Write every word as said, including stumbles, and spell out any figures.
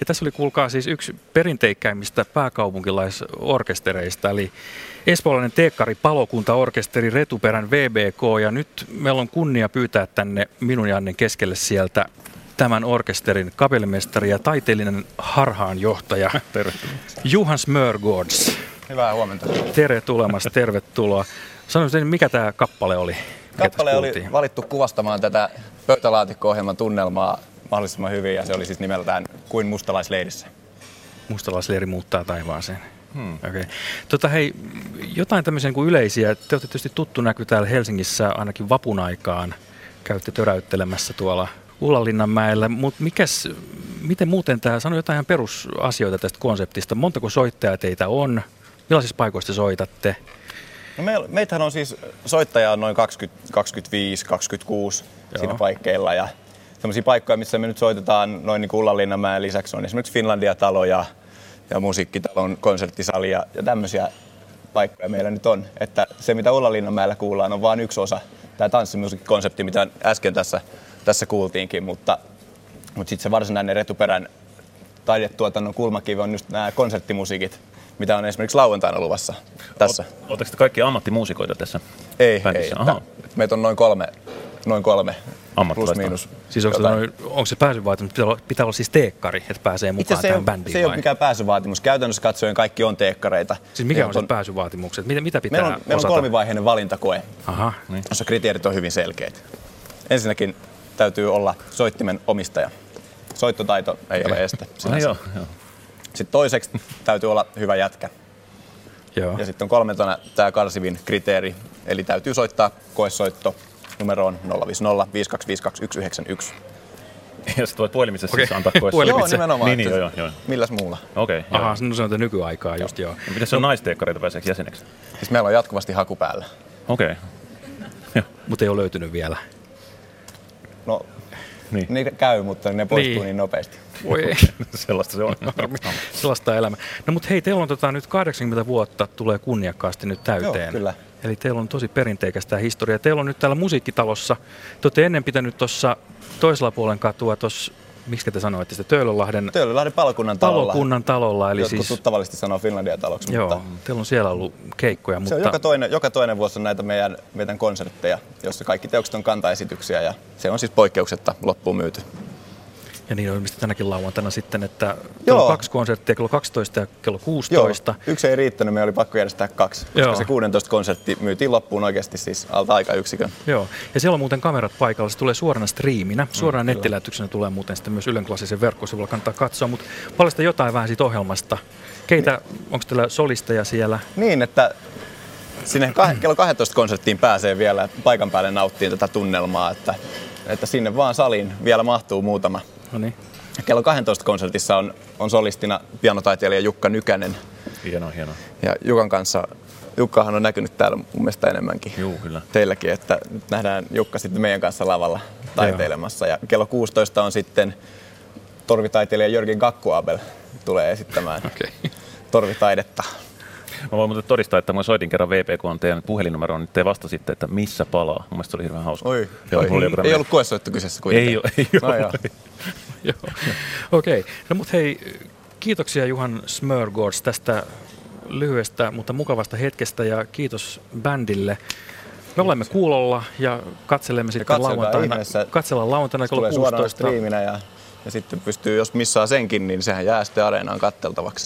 Ja tässä oli, kuulkaa, siis yksi perinteikkäimmistä pääkaupunkilaisorkestereista, eli espoolainen teekkari palokuntaorkesteri Retuperän V B K, ja nyt meillä on kunnia pyytää tänne minun ja Annen keskelle sieltä tämän orkesterin kapellimestari ja taiteellinen harhaanjohtaja Johan Smörgårds. Hyvää huomenta. Tervetuloa, tervetuloa. Sanoisin, mikä tämä kappale oli? Kappale oli valittu kuvastamaan tätä pöytälaatikko-ohjelman tunnelmaa mahdollisimman hyvin, ja se oli siis nimeltään Kuin mustalaisleirissä. Mustalaisleiri muuttaa taivaaseen. Hmm. Okay. Tota, hei, jotain tämmöisiä kuin yleisiä. Te olette tietysti tuttu näky täällä Helsingissä ainakin vapun aikaan. Käytte töräyttelemässä tuolla Ullanlinnanmäellä, mutta mikäs, miten muuten tämä, sano jotain ihan perusasioita tästä konseptista. Montako soittajaa teitä on? Millaisissa paikoista soitatte? No me, meitähän on siis soittajaa noin kaksikymmentä, kaksikymmentäviisi kaksikymmentäkuusi Joo. siinä paikkeilla, ja sellaisia paikkoja, missä me nyt soitetaan noin niin kuin Ullanlinnanmäen lisäksi on esimerkiksi Finlandia-talo ja, ja musiikkitalon konserttisali ja, ja tämmöisiä paikkoja meillä nyt on. Että se, mitä Ullanlinnanmäellä kuullaan, on vain yksi osa. Tämä tanssimusiikkikonsepti, mitä äsken tässä, tässä kuultiinkin, mutta, mutta sitten se varsinainen Retuperän taidetuotannon kulmakivi on just nämä konserttimusiikit, mitä on esimerkiksi lauantaina luvassa tässä. Oletteko te kaikki ammattimuusikoita tässä Ei, bändissä? ei. Meitä on noin kolme, noin kolme plus miinus. Siis onko se, noin, onko se pääsyvaatimus? Pitää olla, pitää olla siis teekkari, että pääsee mukaan tähän bändiin? Se ei ole mikään pääsyvaatimus. Käytännössä katsoen kaikki on teekkareita. Siis mikä on se pääsyvaatimukset? Mitä, mitä pitää meillä on, osata? Meillä on kolmivaiheinen valintakoe, Aha, niin. jossa kriteerit on hyvin selkeät. Ensinnäkin täytyy olla soittimen omistaja. Soittotaito ei ole este. Ah, joo, joo. Sitten toiseksi täytyy olla hyvä jätkä. Joo. Ja sitten on kolmantena tämä karsivin kriteeri, eli täytyy soittaa koesoitto numeroon nolla viisi nolla viisi kaksi viisi kaksi yksi yhdeksän yksi. Ja sitten voit puhelimitse okay. siis antaa koesoitto. Joo, nimenomaan. Niin, niin, joo, joo. Milläs muulla? Okei. Okay, Aha, no se on nykyaikaa just joo. Ja miten se on no. naisteekkareita pääseekö jäseneksi? Siis meillä on jatkuvasti haku päällä. Okei. Okay. Mutta ei ole löytynyt vielä. No, niin. niitä käy, mutta ne poistuu niin, niin nopeasti. Voi ei. Sellaista se on. Sellaista elämää. No mutta hei, teillä on tota, nyt kahdeksankymmentä vuotta tulee kunniakkaasti nyt täyteen. Joo, kyllä. Eli teillä on tosi perinteikäs tämä historia. Teillä on nyt täällä musiikkitalossa, te olette ennen pitänyt tuossa toisella puolen katua, tuossa, miksi te sanoitte sitä, Töölönlahden, Töölönlahden palokunnan talolla. Palokunnan talolla. Eli jotkut siis, tavallisesti sanoo Finlandia-taloksi. Joo, mutta teillä on siellä ollut keikkoja. Se mutta on joka toinen, joka toinen vuosi on näitä meidän, meidän konsertteja, jossa kaikki teokset on kantaesityksiä, ja se on siis poikkeuksetta loppuun myyty. Ja niin on ilmeisesti tänäkin lauantaina sitten, että kello kaksi konserttia, kello kaksitoista ja kello kuusitoista. Joo, yksi ei riittänyt, me oli pakko järjestää kaksi, koska Joo. se kuusitoista konsertti myytiin loppuun oikeasti siis alta aikayksikön. Joo, ja siellä on muuten kamerat paikalla, se tulee suorana striiminä, suoraan mm, nettilähetyksenä tulee muuten sitten myös Ylen klassisen verkkosivuilla, kannattaa katsoa, mutta paljasta jotain vähän siitä ohjelmasta. Keitä, onko teillä solisteja siellä? Niin, että sinne kah- kello kaksitoista konserttiin pääsee vielä paikan päälle nauttiin tätä tunnelmaa, että, että sinne vaan saliin vielä mahtuu muutama. No niin. Kello kaksitoista konsertissa on, on solistina pianotaiteilija Jukka Nykänen. Hieno, hieno. Ja Jukan kanssa, Jukkahan on näkynyt täällä mun mielestä enemmänkin. Juu, kyllä. Teilläkin, että nyt nähdään Jukka sitten meidän kanssa lavalla taiteilemassa. Ja kello kuusitoista on sitten torvitaiteilija Jörgen Gakkuabel tulee esittämään okay. torvitaidetta. Mä voin muuten todistaa, että mä soitin kerran V P K on teidän puhelinnumeroon, niin te vastasitte, että missä palaa. Mun mielestä se oli hirveän hauska. Oi, Joo, oi. Ei me... ollut koesoitto kyseessä kuitenkin. Ei, ei no, ole. Joo. Okei. Okay. No mut hei, kiitoksia Johan Smörgårds tästä lyhyestä, mutta mukavasta hetkestä, ja kiitos bändille. Me olemme kuulolla ja katselemme sitten ja lauantaina. Katsellaan lauantaina kello kuusitoista. Ja, ja sitten pystyy, jos missaa senkin, niin sehän jää sitten areenaan katteltavaksi.